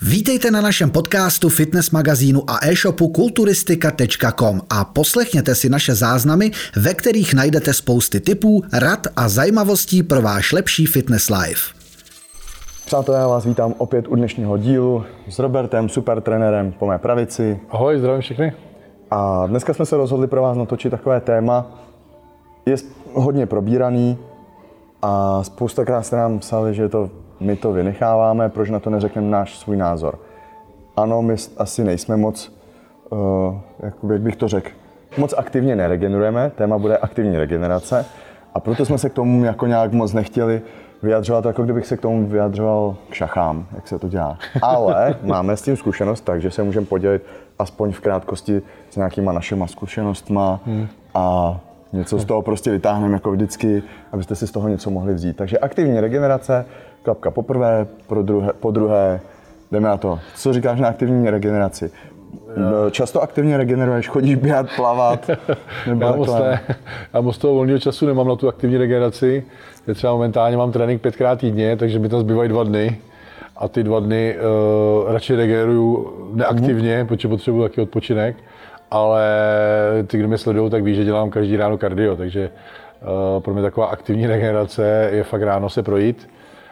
Vítejte na našem podcastu, fitness magazínu a e-shopu kulturistika.com a poslechněte si naše záznamy, ve kterých najdete spousty tipů, rad a zajímavostí pro váš lepší fitness life. Přátelé, já vás vítám opět u dnešního dílu s Robertem, super trenérem po mé pravici. Ahoj, zdravím všechny. A dneska jsme se rozhodli pro vás natočit takové téma. Je hodně probíraný a spoustakrát jste nám psali, že my to vynecháváme, proč na to neřekneme náš svůj názor. Ano, my asi nejsme moc, jak bych to řekl, moc aktivně neregenerujeme, téma bude aktivní regenerace a proto jsme se k tomu jako nějak moc nechtěli vyjadřovat, jako kdybych se k tomu vyjadřoval k šachám, jak se to dělá. Ale máme s tím zkušenost, takže se můžeme podělit aspoň v krátkosti s nějakýma našima zkušenostma a něco z toho prostě vytáhneme jako vždycky, abyste si z toho něco mohli vzít. Takže aktivní regenerace, klapka poprvé, po druhé, jdeme na to. Co říkáš na aktivní regeneraci? Často aktivně regeneruješ, chodíš běhat, plavat? Já moc toho volného času nemám na tu aktivní regeneraci. Já třeba momentálně mám trénink 5x týdně, takže mi tam zbývají 2 dny. A ty 2 dny radši regeneruju neaktivně, protože potřebuji taky odpočinek. Ale ty, kdo mě sledují, tak ví, že dělám každý ráno kardio, takže pro mě taková aktivní regenerace je fakt ráno se projít.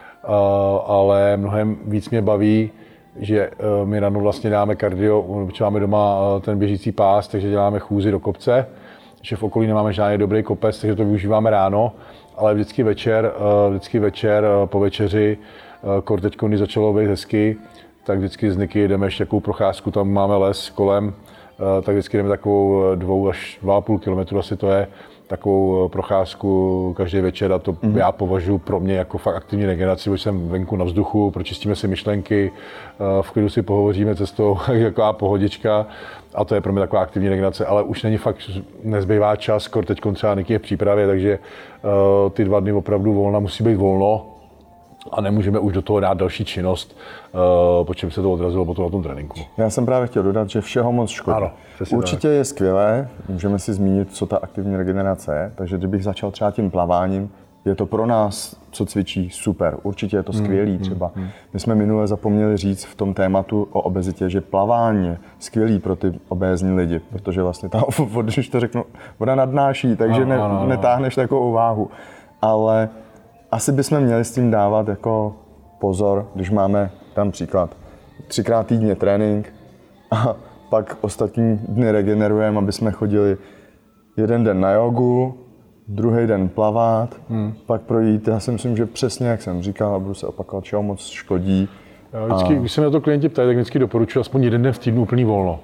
Ale mnohem víc mě baví, že my ráno vlastně dáme kardio, protože máme doma ten běžící pás, takže děláme chůzi do kopce, že v okolí nemáme žádný dobrý kopec, takže to využíváme ráno, ale vždycky večer po večeři, teď když začalo být hezky, tak vždycky z Niky jdeme ještě takovou procházku, tam máme les kolem, tak vždycky jdeme takovou 2 až 2,5 kilometru asi to je, takovou procházku každý večer a to já považuji pro mě jako fakt aktivní regeneraci, protože jsem venku na vzduchu, pročistíme si myšlenky, v klidu si pohovoříme cestou, taková pohodička a to je pro mě taková aktivní regenerace, ale už není fakt, nezbývá čas, teď třeba Niky je v přípravě, takže ty 2 dny opravdu volna musí být volno a nemůžeme už do toho dát další činnost, po čem se to odrazilo potom na tom tréninku. Já jsem právě chtěl dodat, že všeho moc škodí. Ano, určitě je skvělé, můžeme si zmínit, co ta aktivní regenerace je, takže kdybych začal třeba tím plaváním, je to pro nás, co cvičí, super, určitě je to skvělý třeba. My jsme minule zapomněli říct v tom tématu o obezitě, že plavání je skvělý pro ty obézní lidi, protože vlastně ta voda, když to řeknu, voda nadnáší, takže netáhneš takovou váhu. Ale asi bychom měli s tím dávat jako pozor, když máme tam příklad 3x týdně trénink a pak ostatní dny regenerujeme, aby jsme chodili 1 den na jogu, druhý den plavat, pak projít. Já si myslím, že přesně jak jsem říkal, a budu se opakovat, čeho moc škodí. Vždycky, když se mě na to klienti ptají, tak vždycky doporučuji aspoň 1 den v týdnu úplný volno.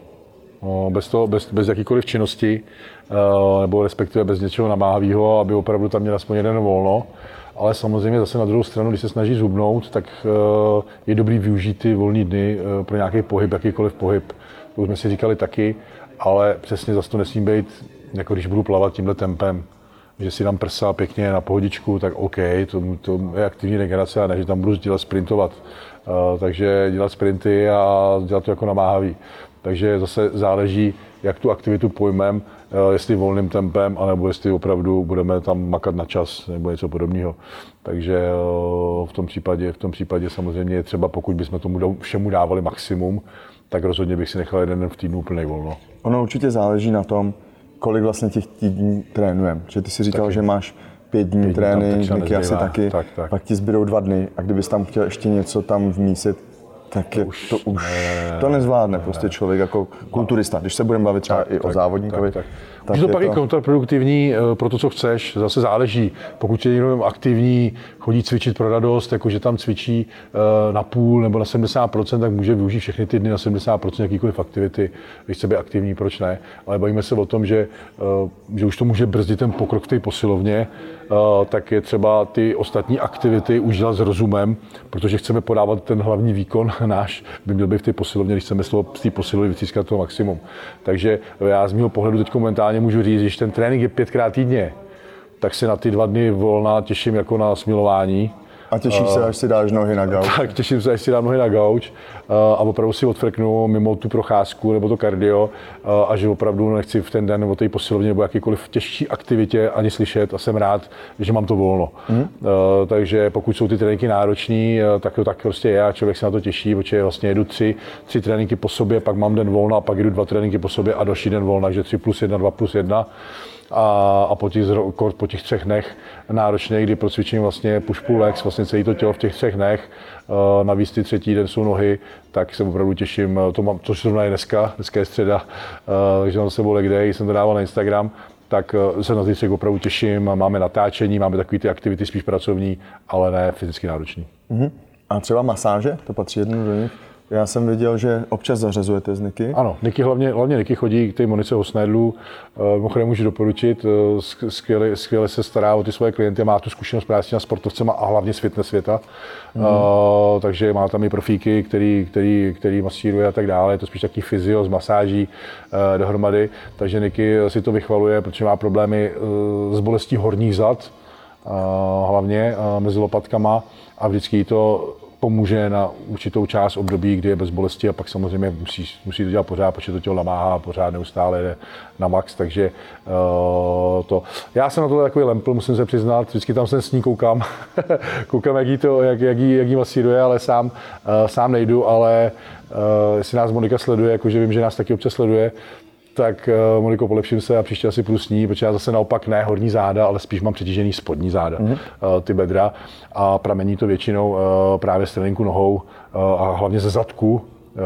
Bez jakýkoliv činnosti, nebo respektive bez něčeho namáhavého, aby opravdu tam měl aspoň 1 den volno. Ale samozřejmě zase na druhou stranu, když se snaží zhubnout, tak je dobrý využít ty volné dny pro nějaký pohyb, jakýkoliv pohyb. To už jsme si říkali taky, ale přesně zase to nesmí být, jako když budu plavat tímhle tempem, že si dám prsa pěkně na pohodičku, tak OK, to je aktivní regenerace a ne, že tam budu dělat sprintovat. Takže dělat sprinty a dělat to jako namáhavý. Takže zase záleží, jak tu aktivitu pojmem, jestli volným tempem, anebo jestli opravdu budeme tam makat na čas nebo něco podobného. Takže v tom případě samozřejmě je třeba, pokud bychom tomu všemu dávali maximum, tak rozhodně bych si nechal 1 den v týdnu úplnej volno. Ono určitě záleží na tom, kolik vlastně těch týdnů trénujeme. Že ty si říkal, taky. Že máš 5 dní trénink, Niky asi taky, tak. Pak ti zbydou 2 dny a kdybys tam chtěl ještě něco tam vmísit, tak to nezvládne prostě člověk jako kulturista. Když se budeme bavit třeba i o závodníkovi. Tak je to pak i kontraproduktivní pro to, co chceš. Zase záleží. Pokud je někdo aktivní, chodí cvičit pro radost, jakože tam cvičí na půl nebo na 70%, tak může využít všechny ty dny na 70% jakýkoliv aktivity. Když chce být aktivní, proč ne? Ale bavíme se o tom, že už to může brzdit ten pokrok v té posilovně, tak je třeba ty ostatní aktivity už dělat s rozumem, protože chceme podávat ten hlavní výkon náš, by měl být v té posilovně, když chceme z té posilovny vytřískat to maximum. Takže já z mého pohledu teď momentálně můžu říct, že ten trénink je 5x týdně, tak se na ty 2 dny volna těším jako na smilování. A těšíš se, až si dáš nohy na gauč. Tak těším se, až si dám nohy na gauč a opravdu si odfrknu mimo tu procházku nebo to kardio a že opravdu nechci v ten den nebo té posilovně nebo jakýkoliv těžší aktivitě ani slyšet a jsem rád, že mám to volno. Takže pokud jsou ty tréninky náročný, tak to tak prostě je a člověk se na to těší, protože vlastně jedu tři tréninky po sobě, pak mám den volna a pak jedu 2 tréninky po sobě a další den volna, takže 3+1, 2+1. A po těch 3 dnech náročně, kdy procvičím vlastně push-pull legs, vlastně celé to tělo v těch 3 dnech, navíc ty 3. den jsou nohy, tak se opravdu těším, což zrovna je dneska je středa, takže mám s sebou leg day, jsem to dával na Instagram, tak se na ty 3 opravdu těším, máme natáčení, máme takové ty aktivity spíš pracovní, ale ne fyzicky náročný. A třeba masáže, to patří jednou do nich? Já jsem viděl, že občas zařazujete s Niky. Ano, Niky hlavně Niky chodí k té Monice Hosnedlu, mimochodem můžu doporučit, skvěle se stará o ty svoje klienty, má tu zkušenost právě s těma sportovcema a hlavně z fitness světa. Takže má tam i profíky, který masíruje a tak dále, je to spíš taký fyzio z masáží dohromady, takže Niky si to vychvaluje, protože má problémy s bolestí horních zad, hlavně mezi lopatkama a vždycky to pomůže na určitou část období, kdy je bez bolesti a pak samozřejmě musí to dělat pořád, protože to tělo namáhá a pořád neustále jde na max, takže to. Já jsem na tohle takový lempl, musím se přiznat, vždycky tam s ní koukám, jak jí masíruje, ale sám nejdu, ale jestli nás Monika sleduje, jakože vím, že nás taky občas sleduje, tak Moniko, polepším se a příště asi půjdu s ní, protože já zase naopak ne horní záda, ale spíš mám přetížený spodní záda, ty bedra a pramení to většinou právě z tréninku nohou a hlavně ze zadku,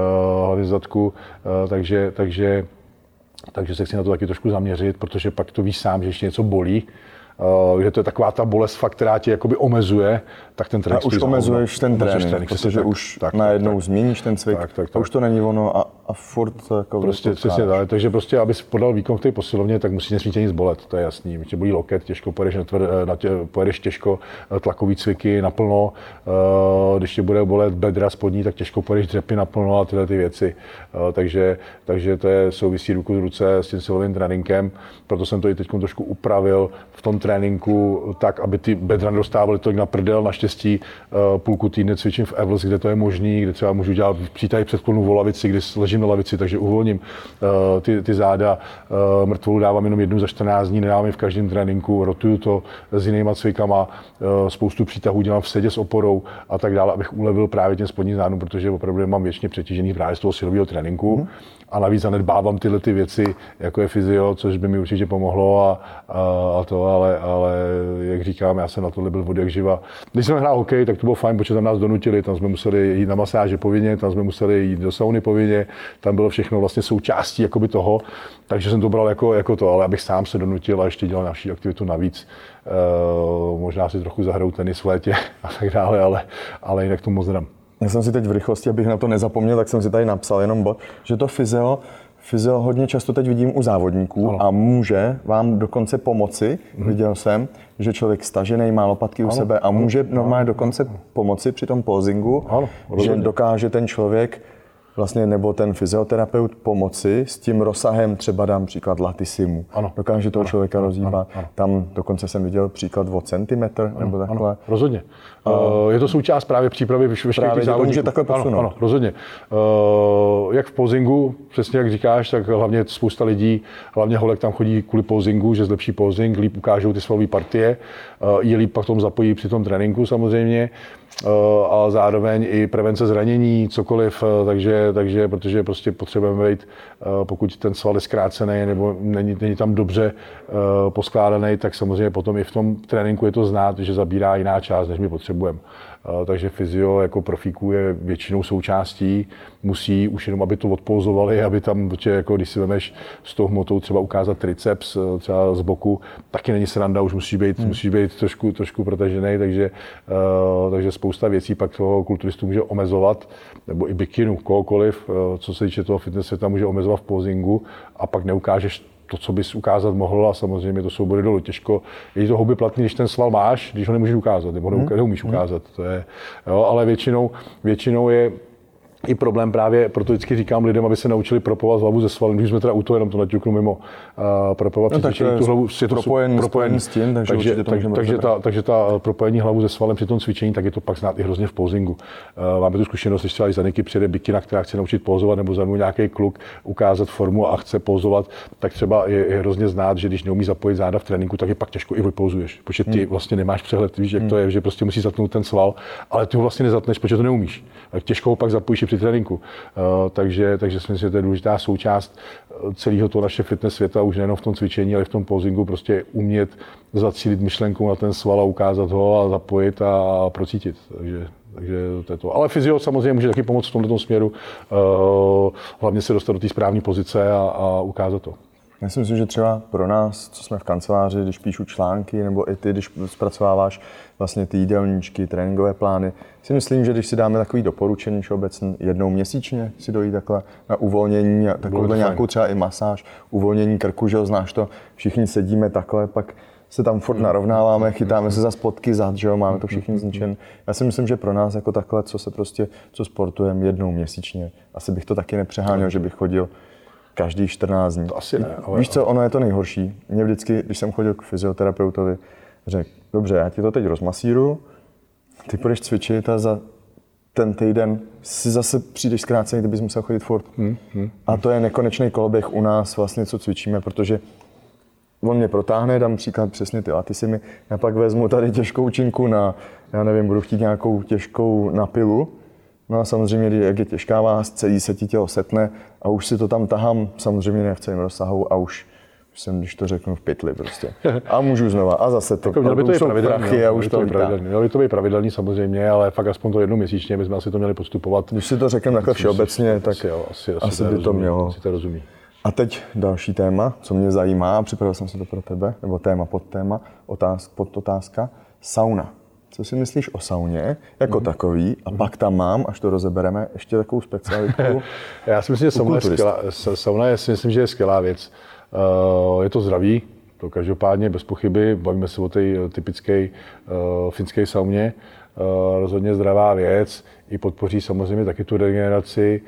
takže se chci na to taky trošku zaměřit, protože pak to víš sám, že ještě něco bolí. Že to je taková ta bolest, fakt, která tě jakoby omezuje, tak ten trénink. A už omezuješ ten trénink, protože už najednou změníš ten cvik, a už to není ono a furt jako prostě přesně tak, takže prostě, abys podal výkon v té posilovně, tak musí nesmí tě nic bolet, to je jasný. Když tě bolí loket, těžko pojedeš těžko tlakový cviky naplno, když tě bude bolet bedra spodní, tak těžko pojedeš dřepy naplno a tyhle ty věci. Takže to je souvisí ruku z ruce s tím silovým tréninkem, proto jsem to i teď trošku upravil v tom tréninku tak, aby ty bedra nedostávaly tolik na prdel. Naštěstí půlku týdne cvičím v Evels, kde to je možný, kde třeba můžu dělat přítahy předklonu v lavici, kdy ležím na lavici, takže uvolním ty záda. Mrtvolu dávám jenom jednou za 14 dní, nedávám je v každém tréninku, rotuju to s jinýma cvikama, spoustu přítahů dělám v sedě s oporou a tak dále, abych ulevil právě těm spodním zádům, protože opravdu mám věčně přetížený právě z toho silového tréninku. A navíc zanedbávám tyhle ty věci, jako je fyzio, což by mi určitě pomohlo ale jak říkám, já jsem na tohle byl od jak živa. Když jsem hrál hokej, tak to bylo fajn, protože tam nás donutili, tam jsme museli jít na masáže povinně, tam jsme museli jít do sauny povinně, tam bylo všechno vlastně součástí jakoby toho, takže jsem to bral jako to, ale abych sám se donutil a ještě dělal další aktivitu navíc. Možná si trochu zahraju tenis v létě a tak dále, ale jinak to moc nedám. Já jsem si teď v rychlosti, abych na to nezapomněl, tak jsem si tady napsal jenom bod, že to fyzio hodně často teď vidím u závodníků a může vám dokonce pomoci. Viděl jsem, že člověk stažený má lopatky u sebe a může normálně dokonce pomoci při tom pozingu, že dokáže ten člověk vlastně, nebo ten fyzioterapeut pomoci s tím rozsahem, třeba dám příklad latissimu. Dokáže toho člověka rozhýbat. Tam dokonce jsem viděl příklad o centimetr nebo takhle. Rozhodně. Je to součást právě přípravy veškerých závodníků. Může takhle posunout. Ano, rozhodně. Jak v pozingu, přesně jak říkáš, tak hlavně spousta lidí, hlavně holek tam chodí kvůli pozingu, že zlepší pozing, líp ukážou ty svalové partie, je líp pak tom zapojí při tom tréninku samozřejmě. A zároveň i prevence zranění, cokoliv, takže protože prostě potřebujeme být, pokud ten sval je zkrácený nebo není tam dobře poskládaný, tak samozřejmě potom i v tom tréninku je to znát, že zabírá jiná část, než my potřebujeme. Takže fyzio jako profíků je většinou součástí, musí už jenom, aby to odpouzovali, aby tam, jako když si vemeš s tou hmotou třeba ukázat triceps třeba z boku, taky není sranda, už musí být trošku protažený, takže spousta věcí pak toho kulturistu může omezovat, nebo i bikinu, kohokoliv, co se týče toho fitness světa, může omezovat v pozingu a pak neukážeš to, co bys ukázat mohl, a samozřejmě to soubory dolů. Těžko, je to houby platný, když ten sval máš, když ho nemůžeš ukázat, nebo neumíš ukázat. To je, jo, ale většinou je i problém právě, proto vždycky říkám lidem, aby se naučili propovat hlavu ze svalem, když jsme teda u toho, jenom to naťuknu mimo, propovat při cvičení tu hlavu, je to propojený s tím, takže ta propojení hlavu ze svalem při tom cvičení, tak je to pak znát i hrozně v pozingu. Máme tu zkušenost, když třeba i za Niky přijede bikina, která chce naučit pózovat, nebo za mnou nějaký kluk ukázat formu a chce pózovat, tak třeba je hrozně znát, že když neumí zapojit záda v tréninku, tak je pak těžko i vypouzuješ, protože ty vlastně nemáš přehled, víš, jak to je, že prostě musíš zatnout ten sval, ale ty ho vlastně nezatneš, protože to neumíš. Tak těžko ho pak zapojíš při tréninku. Takže si myslím, že to je důležitá součást celého toho naše fitness světa, už nejenom v tom cvičení, ale i v tom pozingu, prostě umět zacílit myšlenkou na ten sval a ukázat ho a zapojit a procítit. Takže to je to. Ale fyzio samozřejmě může taky pomoct v tomto směru, hlavně se dostat do té správné pozice a ukázat to. Já si myslím, že třeba pro nás, co jsme v kanceláři, když píšu články, nebo i ty, když zpracováváš vlastně ty jídelníčky, tréninkové plány, si myslím, že když si dáme takový doporučení všeobecně jednou měsíčně si dojít takhle na uvolnění, takovou nějakou třeba i masáž, uvolnění krku, že ho znáš to, všichni sedíme takhle, pak se tam furt narovnáváme, chytáme se za spodky zad, že jo, máme to všichni zničen. Já si myslím, že pro nás jako takhle, co sportujeme jednou měsíčně, asi bych to taky nepřeháněl, že bych chodil každý 14 dní. To asi ne. Víš co, ono je to nejhorší. Mě vždycky, když jsem chodil k fyzioterapeutovi, řekl, dobře, já ti to teď rozmasíru, ty půjdeš cvičit a za ten týden si zase přijdeš zkrácený, ty bys musel chodit furt. A to je nekonečný koloběh u nás vlastně, co cvičíme, protože on mě protáhne, dám příklad přesně ty latisimy, já pak vezmu tady těžkou činku na, já nevím, budu chtít nějakou těžkou na pilu. No a samozřejmě, jak je těžká váha, celý se ti tělo setne a už si to tam tahám, samozřejmě ne v celém rozsahu a už jsem, když to řeknu, v pytli prostě. A můžu znova a zase to. Mělo by to být pravidelný, a už to mělo by to být pravidelný samozřejmě, ale fakt aspoň to jednou měsíčně bychom asi to měli postupovat. Když si to řekneme takhle všeobecně, tak asi by to mělo. Asi to rozumí. A teď další téma, co mě zajímá, a připravil jsem si to pro tebe, nebo téma, podtéma, podotázka, sauna. Co si myslíš o sauně jako takový? A pak tam mám, až to rozebereme, ještě takovou specialitku. Já si myslím, že sauna je skvělá věc. Je to zdravý, to každopádně bez pochyby. Bavíme se o té typické finské sauně. Rozhodně zdravá věc. I podpoří samozřejmě taky tu regeneraci.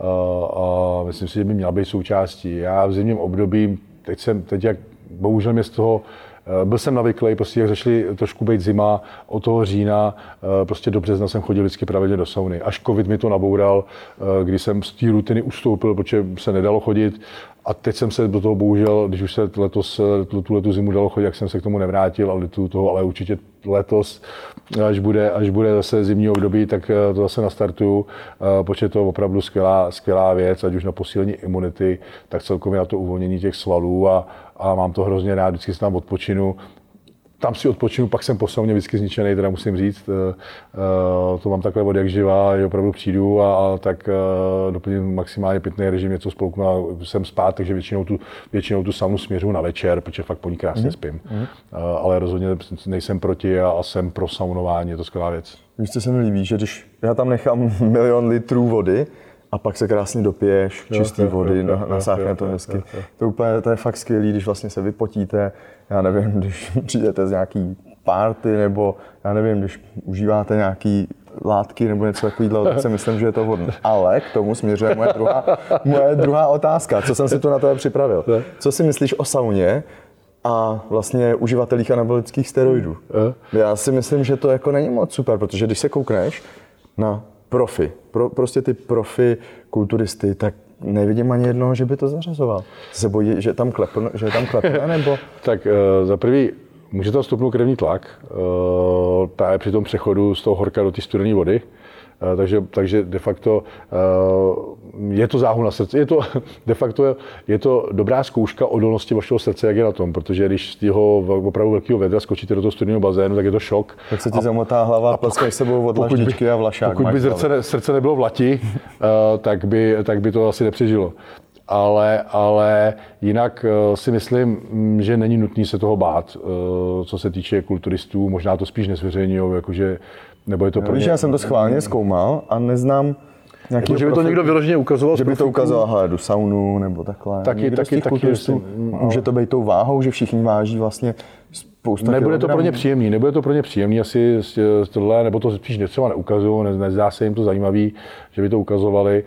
A myslím si, že by měla být součástí. Já v zimním období, teď jak bohužel mě z toho byl jsem navyklý, prostě jak začali trošku být zima, od toho října, prostě do března jsem chodil vždycky pravidelně do sauny. Až covid mi to naboural, když jsem z té rutiny ustoupil, protože se nedalo chodit. A teď jsem se do toho bohužel, když už se tuhletu zimu dalo chodit, jak jsem se k tomu nevrátil, ale lituju toho, ale určitě letos, až bude zase zimní období, tak to zase nastartuju, protože to je opravdu skvělá věc, ať už na posílení imunity, tak celkově na to uvolnění těch svalů a mám to hrozně rád, vždycky si tam odpočinu. Tam si odpočinu, pak jsem po sauně vždycky zničený, teda musím říct. To mám takhle od jak živa, že opravdu přijdu a tak doplním maximálně pitný režim, něco spolknu a jsem spát, takže většinou tu saunu směřuju na večer, protože fakt po ní krásně spím. Ale rozhodně nejsem proti a jsem pro saunování, je to skvělá věc. Víš, co se mi líbí, že když já tam nechám 1 milion litrů vody, a pak se krásně dopiješ čistý vody, nasáhne to hezky. To je fakt skvělý, když vlastně se vypotíte, já nevím, když přijdete z nějaký party, nebo já nevím, když užíváte nějaký látky nebo něco takového, tak si myslím, že je to vhodné. Ale k tomu směřuje moje druhá otázka, co jsem si tu na tebe připravil. Co si myslíš o sauně a vlastně uživatelích anabolických steroidů? Já si myslím, že to jako není moc super, protože když se koukneš na profi, prostě ty profi kulturisty, tak nevidím ani jednoho, že by to zařazoval. Se bojí, že je tam klepne, nebo? Tak za prvý, může tam stupnout krevní tlak právě při tom přechodu z toho horka do té studené vody. Takže de facto je to záhul na srdce. Je to dobrá zkouška odolnosti vašeho srdce, jak je na tom, protože když z toho opravdu velkého vedra skočíte do toho studeného bazénu, tak je to šok. Tak se ti zamotá hlava a plaskneš sebou od laždičky a vlašák. Pokud by srdce nebylo v lati, tak by to asi nepřežilo. Ale jinak si myslím, že není nutné se toho bát, co se týče kulturistů, možná to spíš nezveřejňují, jakože nebo je to pro mě... Já jsem to schválně zkoumal a neznám nějaký že by to někdo vyloženě ukazoval. Že by to ukazoval, hele, jdu saunu nebo takhle. Taky může to být tou váhou, že všichni váží vlastně Nebude to pro ně příjemný asi tohle, nebo to spíš třeba neukazují, nezdá se jim to zajímavý, že by to ukazovali,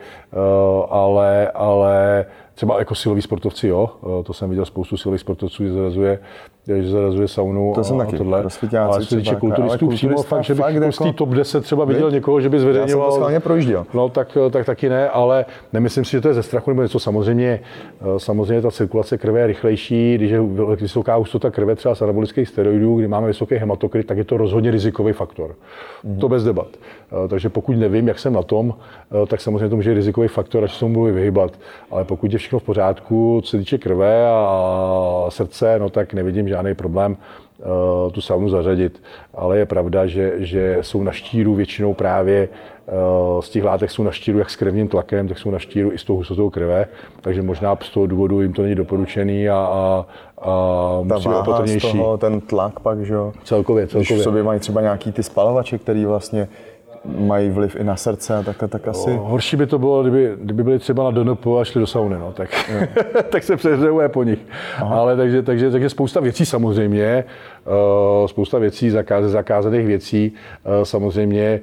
ale třeba jako siloví sportovci, jo, to jsem viděl spoustu silových sportovců, že zarazuje saunu to jsem a taky, tohle. Ale co se týče kulturistů přímo, fakt, že bych jako z té top 10 třeba viděl někoho, že by zveřejňoval. Já jsem to schválně projížděl. No tak taky ne, ale nemyslím si, že to je ze strachu nebo něco. Samozřejmě ta cirkulace krve je rychlejší, když je vysoká hustota krve třeba z anabolických steroidů, kdy máme vysoký hematokrit, tak je to rozhodně rizikový faktor. To bez debat. Takže pokud nevím, jak jsem na tom, tak samozřejmě to může být rizikový faktor, až se tomu budu vyhybat. Ale pokud je všechno v pořádku, co se týče krve a srdce, no tak nevidím žádný problém tu saunu zařadit. Ale je pravda, že jsou na štíru většinou právě z těch látek jsou na štíru jak s krevním tlakem, tak jsou na štíru i s tou hustotou krve. Takže možná z toho důvodu jim to není doporučený a musí být opatrnější. Z toho, ten tlak pak, že jo? Celkově. Když v sobě mají třeba nějaký ty spalovače, který vlastně mají vliv i na srdce a tak asi. Horší by to bylo, kdyby byli třeba na DNP a šli do sauny, no, tak, tak se přehřejuje po nich. Ale takže spousta věcí samozřejmě, spousta věcí, zakázaných věcí samozřejmě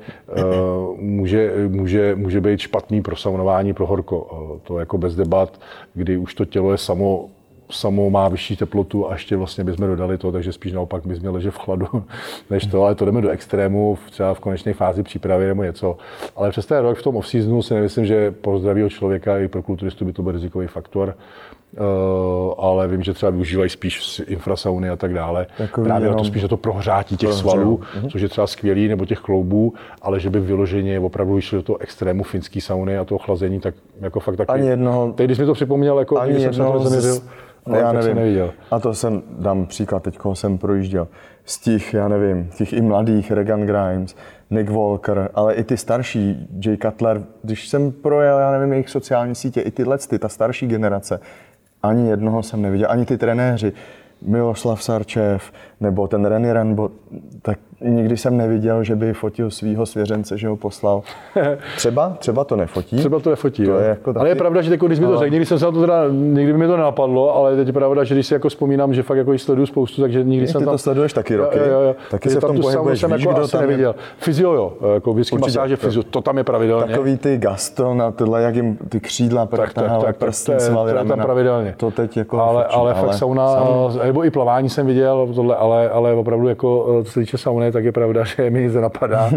může být špatný pro saunování, pro horko. To jako bez debat, kdy už to tělo je samo má vyšší teplotu a ještě vlastně bychom dodali to, takže spíš naopak bychom ležet v chladu než to, ale to jdeme do extrému, třeba v konečné fázi přípravy nebo něco. Ale přes ten rok v tom off-seasonu si nemyslím, že pro zdravého člověka i pro kulturistu by to byl rizikový faktor. Ale vím, že třeba využívají spíš infrasauny a tak dále. Právě na to spíš na to prohřátí těch svalů, což je třeba skvělý, nebo těch kloubů, ale že by vyloženě opravdu šli do toho extrému finský sauny a toho chlazení, tak jako fakt taky. Ani jednoho. Teď, když mi to připomněl, jako ani když jsem se to zaměřil, já nevím. Neviděl. A to dám příklad, teďko jsem projížděl. Z těch, já nevím, těch i mladých, Regan Grimes, Nick Walker, ale i ty starší, Jay Cutler, když jsem projel, já nevím, jejich sociální sítě, i ta starší generace, ani jednoho jsem neviděl, ani ty trenéři, Miloslav Sarčev, nebo ten Renny Renbo, tak nikdy jsem neviděl, že by fotil svýho svěřence, že ho poslal. Třeba to nefotí. Třeba to nefotí, to jo. Je jako taky... Ale je pravda, že když mi to řekl, nikdy by mi to nenapadlo, ale teď je pravda, že když si jako vzpomínám, že fakt jako jí sleduju spoustu, takže nikdy jsem tam... Ty to sleduješ taky roky, jo. Taky se v tom pohybuješ, jsem jako asi neviděl. Fyzio, jo, jako vždycky masáže fyzio, to tam je pravidelně. Takový ty Gaston a tyhle, jak jim ty křídla protáhly, prstní svaly, ramena. Pravidelně. To teď jako ale fakt sauna, nebo i plavání jsem viděl, tohle, ale opravdu jako co se týče sauny, tak je pravda, že mi nic nenapadá,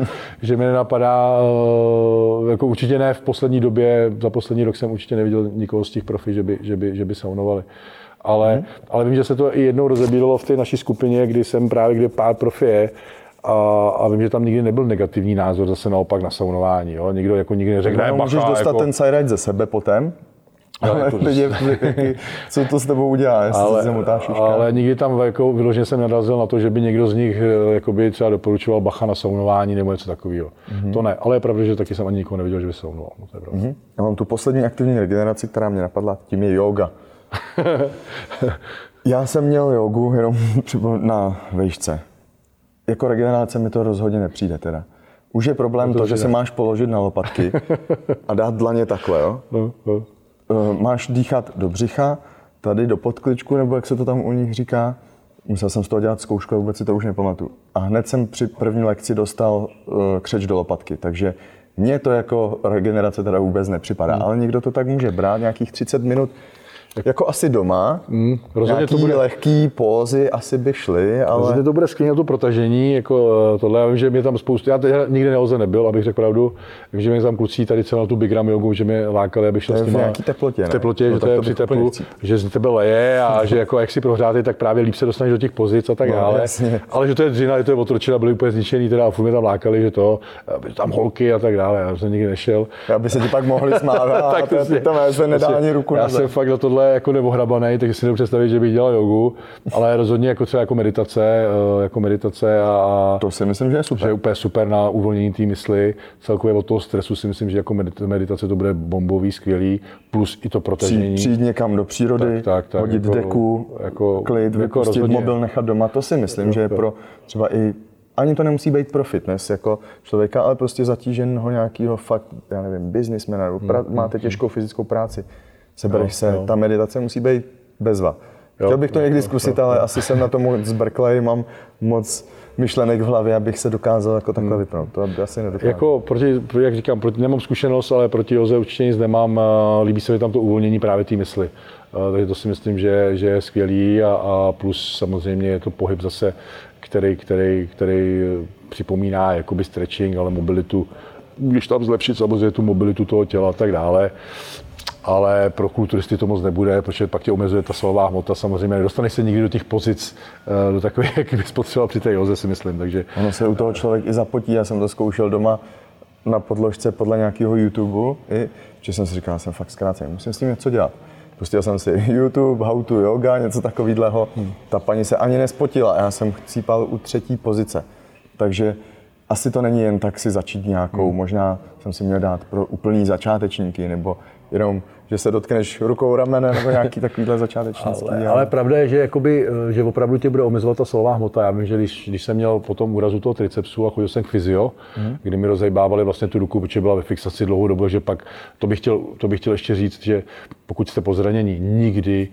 jako určitě ne v poslední době, za poslední rok jsem určitě neviděl nikoho z těch profi, že by saunovali. Ale vím, že se to i jednou rozebíralo v té naší skupině, kde pár profi je, a vím, že tam nikdy nebyl negativní názor zase naopak na saunování. Jo? Nikdo jako nikdy neřekne, můžeš dostat ten side-ride ze sebe potom, ale co to s tebou udělá, jestli se motá šiška. Ale nikdy tam jako vyloženě jsem narazil na to, že by někdo z nich jakoby třeba doporučoval bacha na saunování nebo něco takového. To ne, ale je pravda, že taky jsem ani nikoho neviděl, že by saunoval. No, to je pravda. Já mám tu poslední aktivní regeneraci, která mě napadla, tím je yoga. Já jsem měl jogu jenom na vejšce. Jako regenerace mi to rozhodně nepřijde teda. Už je problém to, že se máš položit na lopatky a dát dlaně takhle, jo? No. Máš dýchat do břicha, tady do podkličku, nebo jak se to tam u nich říká. Musel jsem z toho dělat zkoušku a vůbec si to už nepamatuju. A hned jsem při první lekci dostal křeč do lopatky, takže mně to jako regenerace teda vůbec nepřipadá. Ale někdo to tak může brát, nějakých 30 minut, jako asi doma, nějaký to bude... lehký pózy asi by šly, ale... Rozhodně to bude skvělé to protažení, jako tohle, já vím, že mě tam spoustu, já nikdy nahoře nebyl, abych řekl pravdu, vím, že mě tam kluci tady celou tu Big Ram jogu, že mě lákali, abych šel s nimi. V nějaký teplotě, ne? V teplotě, že to je při teplu, že z tebe leje a že jako jak si prohřátý, tak právě líp se dostaneš do těch pozic a tak dále. Ale že to je dřina, že to je otročina, byli úplně zničený, teda a furt mě tam lákali, že to, tam holky a tak dále, já jsem nikdy nešel. Aby se ti pak mohli smávat a ty tam se nedá ani ruku na zem. Já jsem fakt do tohle jako neohrabanej, takže si nebudu představit, že bych dělal jogu, ale rozhodně jako třeba jako meditace a to si myslím, že je super. Že je úplně super na uvolnění té mysli. Celkově od toho stresu si myslím, že jako meditace to bude bombový, skvělý, plus i to protažení. Přijít někam do přírody, tak, hodit jako, deku, jako, klid, vypustit mobil, nechat doma, to si myslím, že je pro třeba i ani to nemusí být pro fitness jako člověka, ale prostě zatíženého nějakého fakt, já nevím, businessmana, máte těžkou fyzickou práci. Sebereš se, ta meditace musí být bezva. Chtěl bych to někdy zkusit, ale asi jsem na to moc zbrklej, mám moc myšlenek v hlavě, abych se dokázal jako takhle vypnout. To by asi nedokázal. Jako jak říkám, nemám zkušenost, ale proti Joze určitě nic nemám. Líbí se mi tam to uvolnění právě té mysli. Takže to si myslím, že je skvělý a plus samozřejmě je to pohyb zase, který připomíná jakoby stretching, ale mobilitu. Když tam zlepšit samozřejmě tu mobilitu toho těla a tak dále. Ale pro kulturisty to moc nebude, protože pak tě omezuje ta svalová hmota. Samozřejmě nedostaneš se nikdy do těch pozic, do takových, jak bys potřeboval při té józe, si myslím. Takže... Ono se u toho člověk i zapotí, já jsem to zkoušel doma na podložce podle nějakého YouTube, že jsem si říkal, jsem fakt zkrácený, musím s tím něco dělat. Pustil jsem si YouTube, how to yoga, něco takového. Ta paní se ani nespotila a já jsem chcípal u 3. pozice. Takže asi to není jen tak si začít nějakou, možná jsem si měl dát pro úplný začátečníky, nebo jenom, že se dotkneš rukou ramene, nebo nějaký takovýhle začátečnický. Ale pravda je, že opravdu tě bude omezovat ta svalová hmota. Já vím, že když jsem měl po tom úrazu toho tricepsu a chodil jsem k fyzio, kdy mi rozejbávali vlastně tu ruku, protože byla ve fixaci dlouhou dobu, že pak to bych chtěl ještě říct, že pokud jste po zranění, nikdy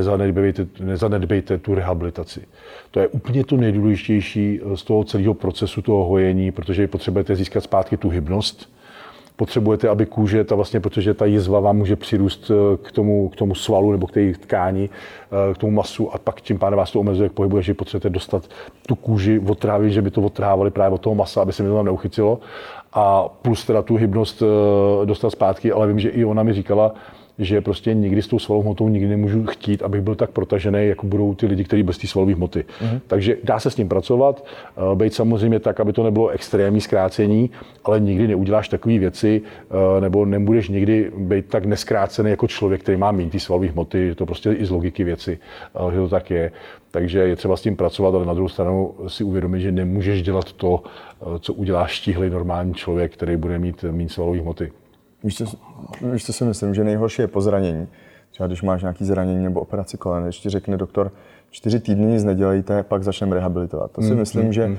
nezanedbejte tu rehabilitaci. To je úplně to nejdůležitější z toho celého procesu toho hojení, protože potřebujete získat zpátky tu hybnost. Potřebujete, aby kůže, protože ta jizva vám může přirůst k tomu svalu nebo k té tkání, k tomu masu a pak tím pádem vás to omezuje k pohybu, že potřebujete dostat tu kůži odtrávit, že by to odtrhávali právě od toho masa, aby se mi to tam neuchytilo a plus teda tu hybnost dostat zpátky, ale vím, že i ona mi říkala, že prostě nikdy s tou svalovou hmotou nikdy nemůžu chtít, abych byl tak protažený, jako budou ty lidi, kteří bez té svalové hmoty. Takže dá se s tím pracovat, být samozřejmě tak, aby to nebylo extrémní zkrácení, ale nikdy neuděláš takové věci, nebo nebudeš nikdy být tak neskrácený jako člověk, který má méně ty svalové hmoty, je to prostě i z logiky věci, že to tak je. Takže je třeba s tím pracovat, ale na druhou stranu si uvědomit, že nemůžeš dělat to, co udělá štíhlý normální člověk, který bude mít méně svalové hmoty. Víš, co si myslím, že nejhorší je po zranění. Třeba když máš nějaké zranění nebo operaci kolene, když ti řekne doktor, 4 týdny nic nedělejte, pak začneme rehabilitovat. To si myslím, že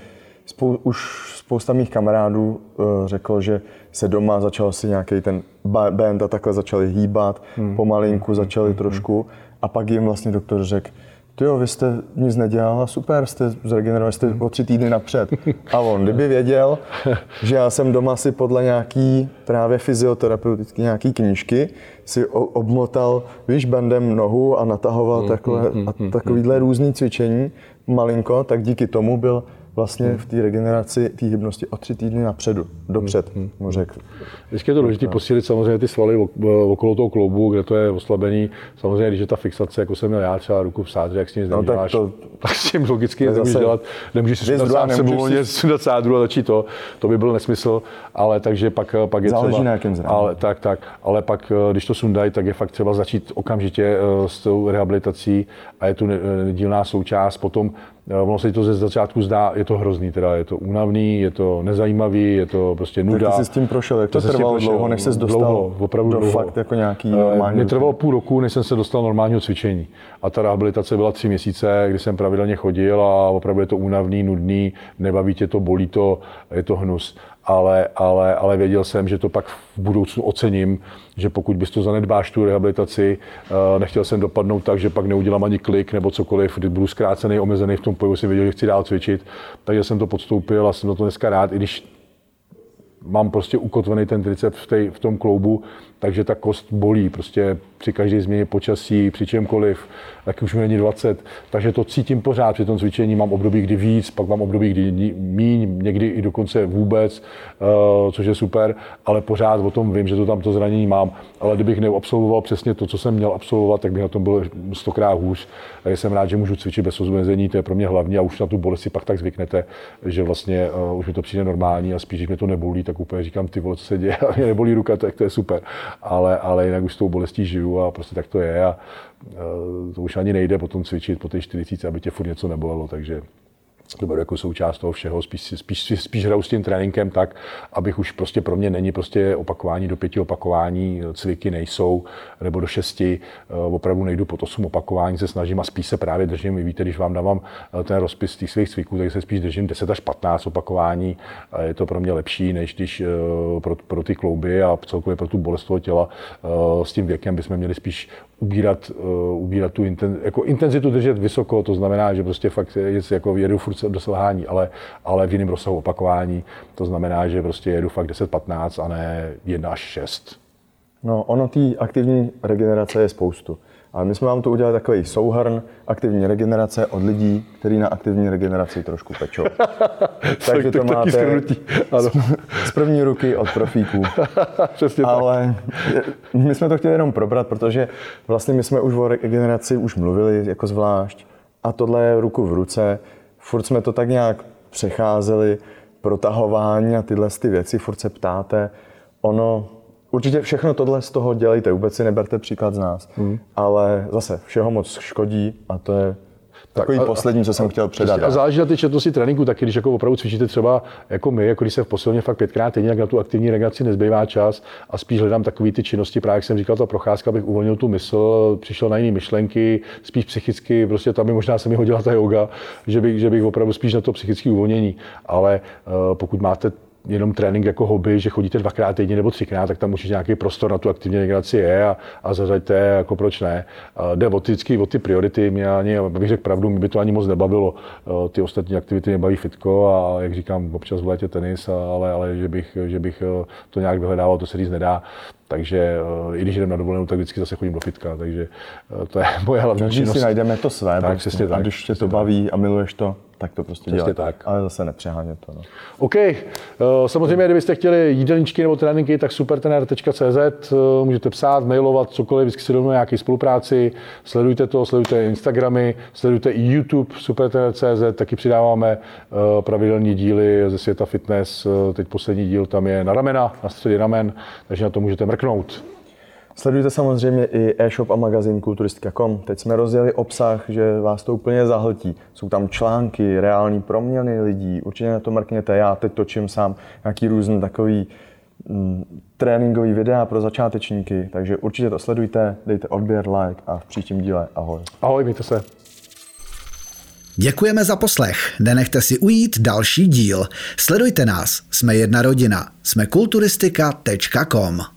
už spousta mých kamarádů řeklo, že se doma začal si nějaký ten band a takhle začali hýbat, pomalinku začali trošku a pak jim vlastně doktor řekl, jo, vy jste nic nedělala, super, jste zregenerovali, jste o 3 týdny napřed. A on, kdyby věděl, že já jsem doma si podle nějaký právě fyzioterapeutický nějaký knížky si obmotal, víš, bandem nohu a natahoval takhle a takovýhle různý cvičení malinko, tak díky tomu byl vlastně v té regeneraci, té hybnosti o 3 týdny dopřed, mu řekl. Vždycky je to důležité posílit samozřejmě ty svaly okolo toho kloubu, kde to je oslabený. Samozřejmě, když je ta fixace, jako jsem měl já, třeba ruku v sádře, jak s tím neděláš, tak s tím logicky nemůžeš dělat. Nemůžeš si sundat sádru a začít to by byl nesmysl, ale takže pak je záleží třeba... na jakém zranění. Ale pak, když to sundají, tak je fakt třeba začít okamžitě s tou rehabilitací a je tu nedílná součást. Potom ono se to ze začátku zdá, je to hrozný, teda je to únavný, je to nezajímavý, je to prostě nuda. Tak ty jsi s tím prošel, jak to trvalo dlouho, než ses dostal opravdu do fakt jako nějaký normální... Mě trvalo půl roku, než jsem se dostal normálního cvičení. A ta rehabilitace byla 3 měsíce, kdy jsem pravidelně chodil a opravdu je to únavný, nudný, nebaví tě to, bolí to, je to hnus. Ale věděl jsem, že to pak v budoucnu ocením, že pokud bys to zanedbáš tu rehabilitaci, nechtěl jsem dopadnout tak, že pak neudělám ani klik nebo cokoliv, kdy budu zkrácený, omezený v tom pohybu, jsem věděl, že chci dál cvičit, takže jsem to podstoupil a jsem na to dneska rád, i když mám prostě ukotvený ten triceps v tom kloubu, takže ta kost bolí prostě při každé změně počasí, při čemkoliv, tak už mi není 20, takže to cítím pořád při tom cvičení, mám období, kdy víc, pak mám období, kdy míň, někdy i dokonce vůbec, což je super, ale pořád o tom vím, že to tam to zranění mám, ale kdybych neabsolvoval přesně to, co jsem měl absolvovat, tak bych na tom byl 100krát hůř. Takže jsem rád, že můžu cvičit bez omezení, to je pro mě hlavní a už na tu bolest si pak tak zvyknete, že vlastně už mi to přijde normální a spíš, když mě to nebolí, tak úplně říkám, ty vole, co se děje, a mě nebolí ruka, tak to je super. Ale jinak už s tou bolestí žiju a prostě tak to je a to už ani nejde potom cvičit po té 40, aby tě furt něco nebolelo, takže to beru jako součást toho všeho, spíš hraju s tím tréninkem tak, abych už prostě pro mě není prostě opakování do 5 opakování, cviky nejsou, nebo do 6, opravdu nejdu pod 8 opakování, se snažím a spíš se právě držím, vy víte, když vám dávám ten rozpis těch svých cviků, tak se spíš držím 10 až 15 opakování, je to pro mě lepší, než když pro ty klouby a celkově pro tu bolest toho těla s tím věkem bychom měli spíš ubírat tu intenzitu držet vysoko, to znamená, že prostě fakt jedu furt do selhání, ale v jiném rozsahu opakování, to znamená, že prostě jedu fakt 10-15 a ne 1 až 6. No, ono té aktivní regenerace je spoustu. Ale my jsme vám to udělali takový souhrn aktivní regenerace od lidí, kteří na aktivní regeneraci trošku pečou. Takže to máte z první ruky od profíků. Ale my jsme to chtěli jenom probrat, protože vlastně my jsme už o regeneraci už mluvili jako zvlášť. A tohle je ruku v ruce. Furt jsme to tak nějak přecházeli, protahování a tyhle ty věci, furt se ptáte. Určitě všechno tohle z toho dělejte, vůbec si neberte příklad z nás. Ale zase všeho moc škodí a to je takový poslední, co jsem chtěl předat. A záleží na ty četnosti tréninku, taky když jako opravdu cvičíte třeba jako my, jako když se v posilovně fakt 5krát týdně, tak na tu aktivní regeneraci nezbývá čas a spíš hledám takový ty činnosti, právě jak jsem říkal, ta procházka, abych uvolnil tu mysl, přišel na jiné myšlenky, spíš psychicky, prostě tam by možná se mi hodila ta yoga, že bych opravdu spíš na to psychické uvolnění, ale pokud máte jenom trénink jako hobby, že chodíte 2krát týdně nebo 3krát, tak tam určitě nějaký prostor na tu aktivní regeneraci je a zařaďte, jako proč ne. Jde o ty priority, mě ani, abych řekl pravdu, mě by to ani moc nebavilo. Ty ostatní aktivity mě baví fitko a jak říkám, občas v létě tenis, ale že bych to nějak vyhledával, to se říct nedá. Takže i když jdem na dovolenou, tak vždycky zase chodím do fitka, takže to je moje hlavní činnost. Když si najdeme to své, tak, přesně tak, a když tě to baví a miluješ to, tak to prostě dělat. Tak. Ale zase nepřehánět to. No. OK. Samozřejmě, kdybyste chtěli jídelníčky nebo tréninky, tak supertrener.cz, můžete psát, mailovat, cokoliv, vždycky se domluvíme nějaké spolupráci, sledujte to, sledujte Instagramy, sledujte i YouTube supertrener.cz, taky přidáváme pravidelní díly ze světa fitness, teď poslední díl tam je na ramena, na středě ramen, takže na to můžete mrknout. Sledujte samozřejmě i e-shop a magazín kulturistika.com. Teď jsme rozjeli obsah, že vás to úplně zahltí. Jsou tam články, reální proměny lidí. Určitě na to mrkněte. Já teď točím sám nějaký různý takový tréninkový videa pro začátečníky. Takže určitě to sledujte, dejte odběr, like a v příštím díle ahoj. Ahoj, mějte se. Děkujeme za poslech. Nenechte si ujít další díl. Sledujte nás. Jsme jedna rodina. Jsme kulturistika.com.